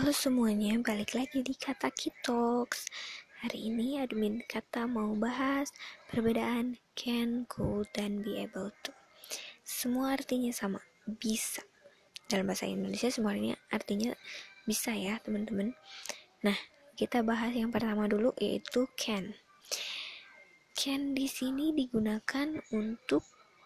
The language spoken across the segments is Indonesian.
Halo semuanya, balik lagi di Kata Talks. Hari ini admin Kata mau bahas perbedaan can, could, dan be able to. Semua artinya sama, bisa. Dalam bahasa Indonesia semuanya artinya bisa ya teman-teman. Nah, kita bahas yang pertama dulu yaitu can. Can di sini digunakan untuk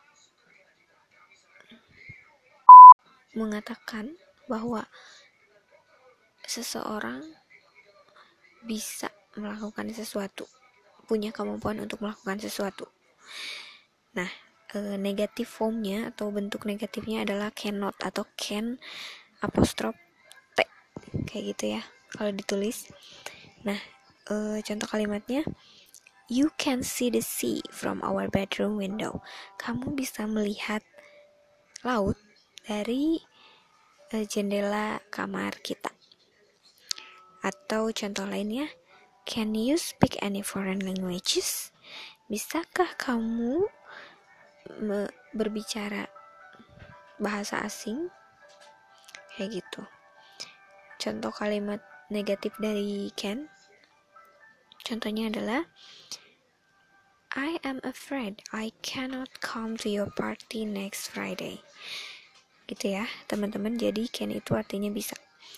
mengatakan bahwa seseorang bisa melakukan sesuatu, punya kemampuan untuk melakukan sesuatu. Nah, negatif formnya atau bentuk negatifnya adalah cannot atau can apostrof t, kayak gitu ya kalau ditulis. Nah, contoh kalimatnya, you can see the sea from our bedroom window. Kamu bisa melihat laut dari jendela kamar kita. Atau contoh lainnya, can you speak any foreign languages? Bisakah kamu berbicara bahasa asing? Kayak gitu. Contoh kalimat negatif dari can, contohnya adalah, I am afraid I cannot come to your party next Friday. Gitu ya teman-teman. Jadi can itu artinya bisa.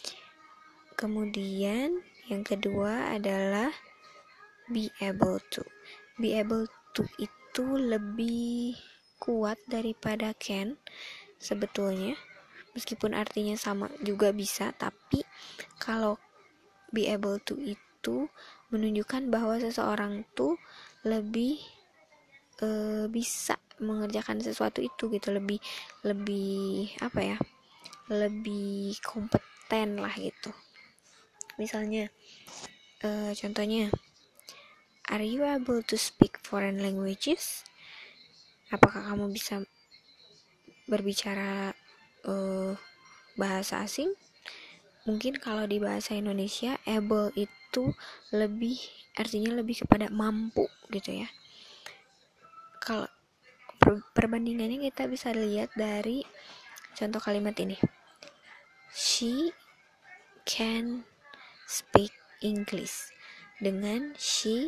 Kemudian yang kedua adalah be able to. Be able to itu lebih kuat daripada can sebetulnya. Meskipun artinya sama juga bisa, tapi kalau be able to itu menunjukkan bahwa seseorang tuh lebih bisa mengerjakan sesuatu itu gitu, lebih apa ya, lebih kompeten lah gitu. Misalnya contohnya, are you able to speak foreign languages? Apakah kamu bisa berbicara bahasa asing? Mungkin kalau di bahasa Indonesia able itu lebih artinya lebih kepada mampu gitu ya. Kalau perbandingannya kita bisa lihat dari contoh kalimat ini, she can speak English dengan she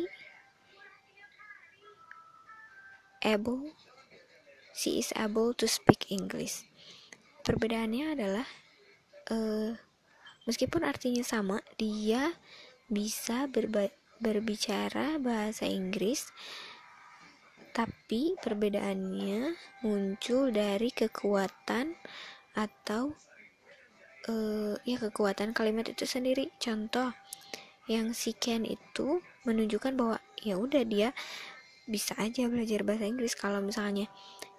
is able to speak English. Perbedaannya adalah meskipun artinya sama, dia bisa berbicara bahasa Inggris, tapi perbedaannya muncul dari kekuatan atau kekuatan kalimat itu sendiri. Contoh, yang si can itu menunjukkan bahwa ya udah dia bisa aja belajar bahasa Inggris. Kalau misalnya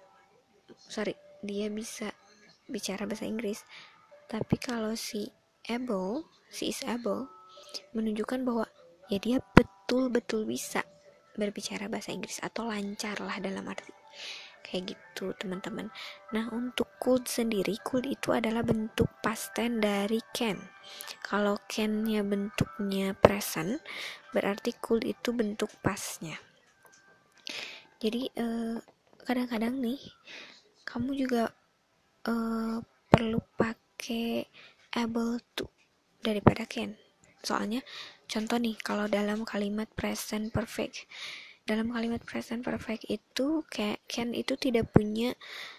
dia bisa bicara bahasa Inggris, tapi kalau si is able menunjukkan bahwa ya dia betul-betul bisa berbicara bahasa Inggris atau lancar lah dalam arti kayak gitu teman-teman. Nah, untuk could sendiri, could itu adalah bentuk past tense dari can. Kalau can-nya bentuknya present, berarti could itu bentuk past-nya. Jadi kadang-kadang nih kamu juga perlu pakai able to daripada can. Soalnya contoh nih, kalau dalam kalimat present perfect, dalam kalimat present perfect itu can itu tidak punya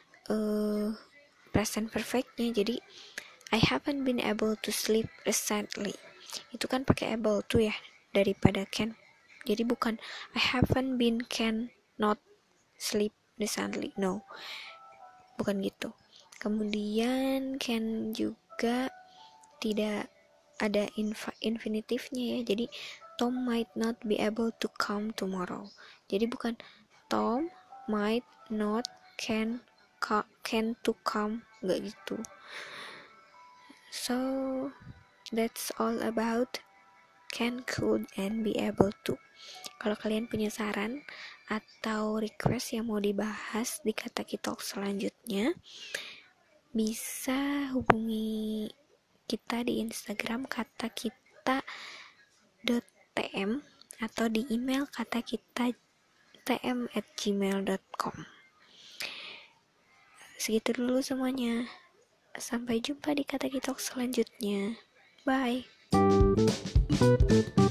present perfectnya. Jadi I haven't been able to sleep recently, itu kan pakai able to ya daripada can. Jadi bukan I haven't been can not sleep recently, no, bukan gitu. Kemudian can juga tidak ada infinitifnya ya. Jadi Tom might not be able to come tomorrow. Jadi bukan Tom might not can to come, nggak gitu. So that's all about can, could, and be able to. Kalau kalian punya saran atau request yang mau dibahas di Kata Talk selanjutnya, bisa hubungi kita di Instagram katakita.tm atau di email katakita.tm@gmail.com. Segitu dulu semuanya. Sampai jumpa di Kata Talk selanjutnya. Bye.